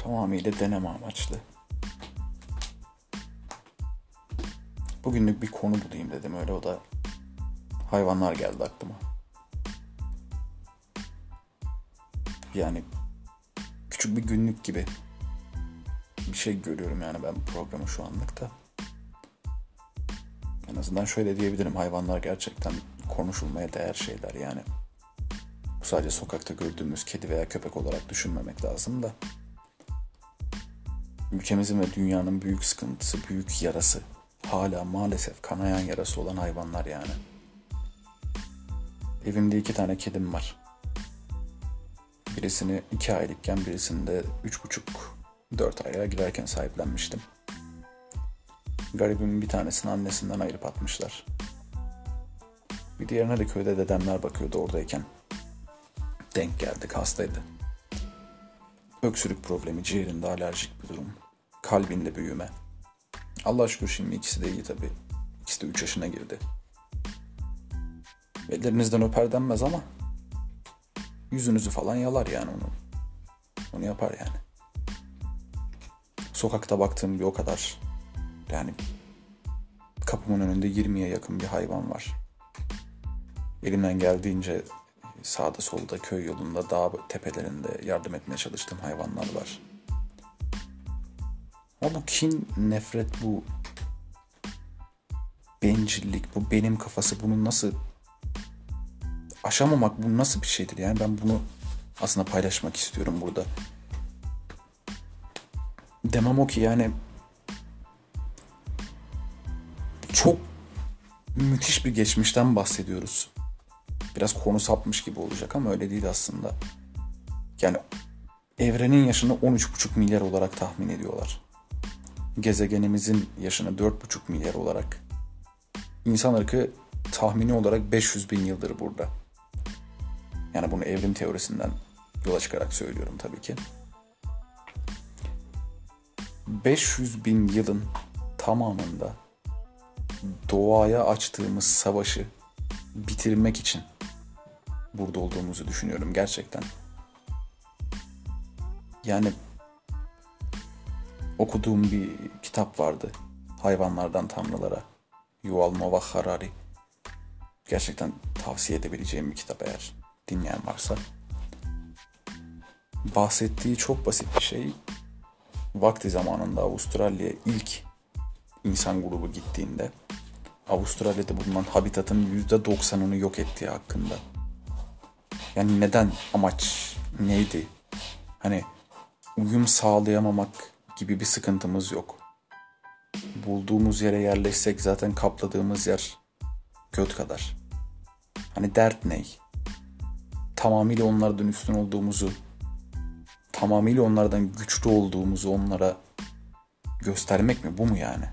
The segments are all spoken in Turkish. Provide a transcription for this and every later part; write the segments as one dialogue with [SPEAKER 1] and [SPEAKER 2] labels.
[SPEAKER 1] Tamamıyla deneme amaçlı. Bugünlük bir konu bulayım dedim, öyle o da hayvanlar geldi aklıma. Yani küçük bir günlük gibi bir şey görüyorum yani ben bu programı şu anlıkta. En azından şöyle diyebilirim, hayvanlar gerçekten konuşulmaya değer şeyler yani. Bu sadece sokakta gördüğümüz kedi veya köpek olarak düşünmemek lazım da. Ülkemizin ve dünyanın büyük sıkıntısı, büyük yarası. Hala maalesef kanayan yarası olan hayvanlar yani. Evimde 2 tane kedim var. Birisini 2 aylıkken birisini de 3,5-4 aya girerken sahiplenmiştim. Garibimin bir tanesini annesinden ayırıp atmışlar. Bir diğerine de köyde dedemler bakıyordu oradayken. Denk geldik, hastaydı. Öksürük problemi, ciğerinde alerjik bir durum. Kalbinde büyüme. Allah'a şükür şimdi ikisi de iyi tabii. İkisi de 3 yaşına girdi. Ellerinizden öper denmez ama yüzünüzü falan yalar yani onu. Onu yapar yani. Sokakta baktığım bir o kadar, yani kapımın önünde 20'ye yakın bir hayvan var. Elimden geldiğince sağda solda, köy yolunda, dağ tepelerinde yardım etmeye çalıştığım hayvanlar var. Ama bu kin, nefret, bu bencillik, bu benim kafası, bunu nasıl aşamamak, bu nasıl bir şeydir? Yani ben bunu aslında paylaşmak istiyorum burada. Demem o ki yani çok müthiş bir geçmişten bahsediyoruz. Biraz konu sapmış gibi olacak ama öyle değil aslında. Yani evrenin yaşını 13,5 milyar olarak tahmin ediyorlar. Gezegenimizin yaşını 4,5 milyar olarak. İnsan ırkı tahmini olarak 500 bin yıldır burada. Yani bunu evrim teorisinden yola çıkarak söylüyorum tabii ki. 500 bin yılın tamamında doğaya açtığımız savaşı bitirmek için burada olduğumuzu düşünüyorum gerçekten. Yani okuduğum bir kitap vardı. Hayvanlardan Tanrılara. Yuval Noah Harari. Gerçekten tavsiye edebileceğim bir kitap eğer dinleyen varsa. Bahsettiği çok basit bir şey. Vakti zamanında Avustralya'ya ilk insan grubu gittiğinde Avustralya'da bulunan habitatın %90'ını yok ettiği hakkında. Yani neden? Amaç neydi? Hani uyum sağlayamamak gibi bir sıkıntımız yok. Bulduğumuz yere yerleşsek zaten kapladığımız yer göt kadar. Hani dert ne? Tamamıyla onlardan üstün olduğumuzu, tamamıyla onlardan güçlü olduğumuzu onlara göstermek mi? Bu mu yani?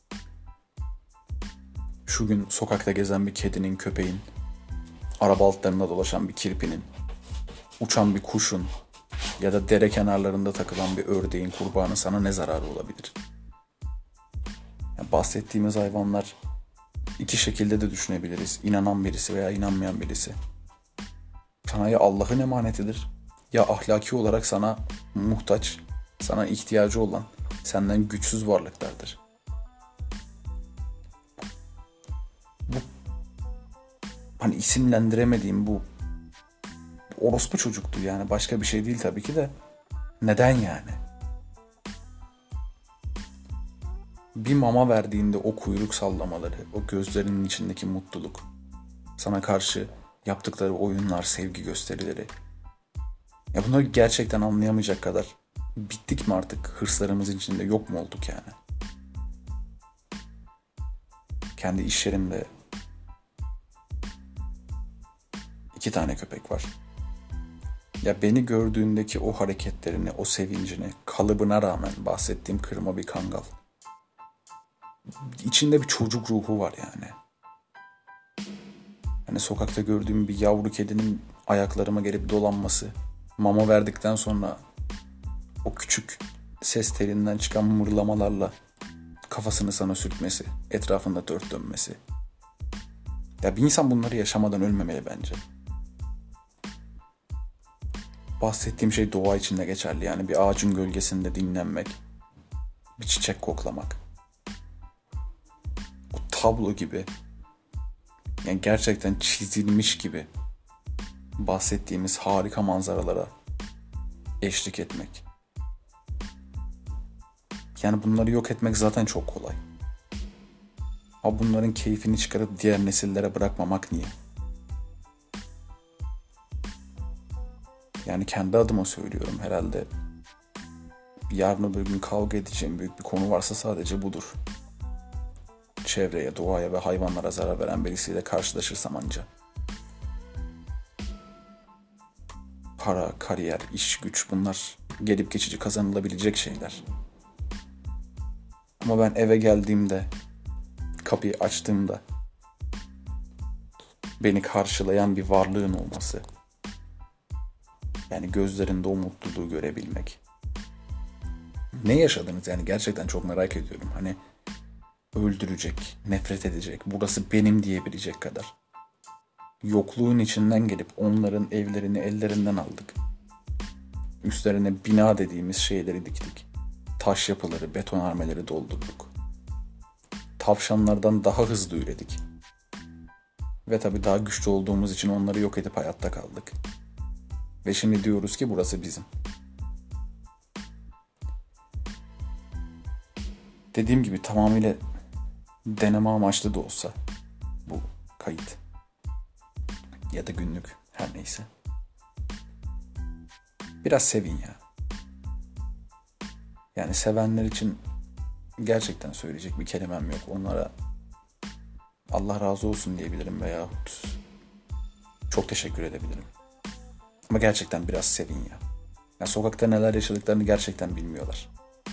[SPEAKER 1] Şu gün sokakta gezen bir kedinin, köpeğin, araba altlarında dolaşan bir kirpinin, uçan bir kuşun ya da dere kenarlarında takılan bir ördeğin, kurbanın sana ne zararı olabilir? Yani bahsettiğimiz hayvanlar iki şekilde de düşünebiliriz. İnanan birisi veya inanmayan birisi. Sana ya Allah'ın emanetidir ya ahlaki olarak sana muhtaç, sana ihtiyacı olan, senden güçsüz varlıklardır. Bu hani isimlendiremediğim bu orospu çocuktu yani, başka bir şey değil tabii ki de. Neden yani? Bir mama verdiğinde o kuyruk sallamaları, o gözlerinin içindeki mutluluk, sana karşı yaptıkları oyunlar, sevgi gösterileri. Ya bunları gerçekten anlayamayacak kadar bittik mi artık? Hırslarımızın içinde yok mu olduk yani? Kendi iş yerimde 2 tane köpek var. Ya beni gördüğündeki o hareketlerini, o sevincini, kalıbına rağmen bahsettiğim kırma bir kangal. İçinde bir çocuk ruhu var yani. Hani sokakta gördüğüm bir yavru kedinin ayaklarıma gelip dolanması, mama verdikten sonra o küçük ses telinden çıkan mırlamalarla kafasını sana sürtmesi, etrafında dört dönmesi. Ya bir insan bunları yaşamadan ölmemeli bence. Bahsettiğim şey doğa için de geçerli. Yani bir ağacın gölgesinde dinlenmek, bir çiçek koklamak. O tablo gibi, yani gerçekten çizilmiş gibi bahsettiğimiz harika manzaralara eşlik etmek. Yani bunları yok etmek zaten çok kolay. Ama bunların keyfini çıkarıp diğer nesillere bırakmamak niye? Yani kendi adıma söylüyorum, herhalde yarın öbür gün kavga edeceğim büyük bir konu varsa sadece budur. Çevreye, doğaya ve hayvanlara zarar veren birisiyle karşılaşırsam anca. Para, kariyer, iş, güç, bunlar gelip geçici kazanılabilecek şeyler. Ama ben eve geldiğimde, kapıyı açtığımda beni karşılayan bir varlığın olması, yani gözlerinde o mutluluğu görebilmek. Ne yaşadınız yani, gerçekten çok merak ediyorum. Hani öldürecek, nefret edecek, burası benim diyebilecek kadar. Yokluğun içinden gelip onların evlerini ellerinden aldık. Üstlerine bina dediğimiz şeyleri diktik. Taş yapıları, betonarmeleri doldurduk. Tavşanlardan daha hızlı üredik. Ve tabii daha güçlü olduğumuz için onları yok edip hayatta kaldık. Ve şimdi diyoruz ki burası bizim. Dediğim gibi tamamıyla deneme amaçlı da olsa bu kayıt ya da günlük, her neyse. Biraz sevin ya. Yani sevenler için gerçekten söyleyecek bir kelimem yok. Onlara Allah razı olsun diyebilirim veyahut çok teşekkür edebilirim. Ama gerçekten biraz sevin ya. Yani sokakta neler yaşadıklarını gerçekten bilmiyorlar.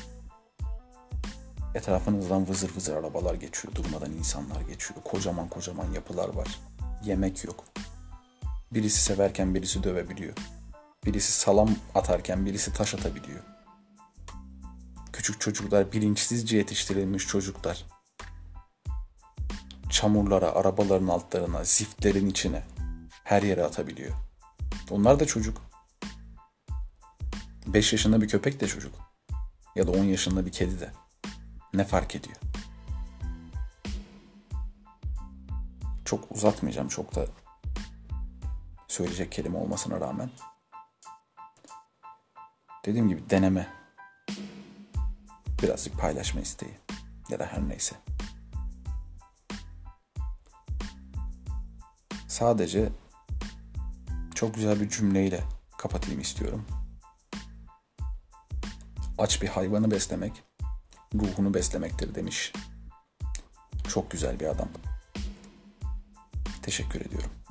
[SPEAKER 1] Etrafınızdan vızır vızır arabalar geçiyor, durmadan insanlar geçiyor. Kocaman kocaman yapılar var. Yemek yok. Birisi severken birisi dövebiliyor. Birisi salam atarken birisi taş atabiliyor. Küçük çocuklar, bilinçsizce yetiştirilmiş çocuklar. Çamurlara, arabaların altlarına, ziftlerin içine, her yere atabiliyor. Onlar da çocuk. 5 yaşında bir köpek de çocuk. Ya da 10 yaşında bir kedi de. Ne fark ediyor? Çok uzatmayacağım, çok da söyleyecek kelime olmasına rağmen. Dediğim gibi deneme. Birazcık paylaşma isteği. Ya da her neyse. Sadece çok güzel bir cümleyle kapatayım istiyorum. Aç bir hayvanı beslemek, ruhunu beslemektir demiş. Çok güzel bir adam. Teşekkür ediyorum.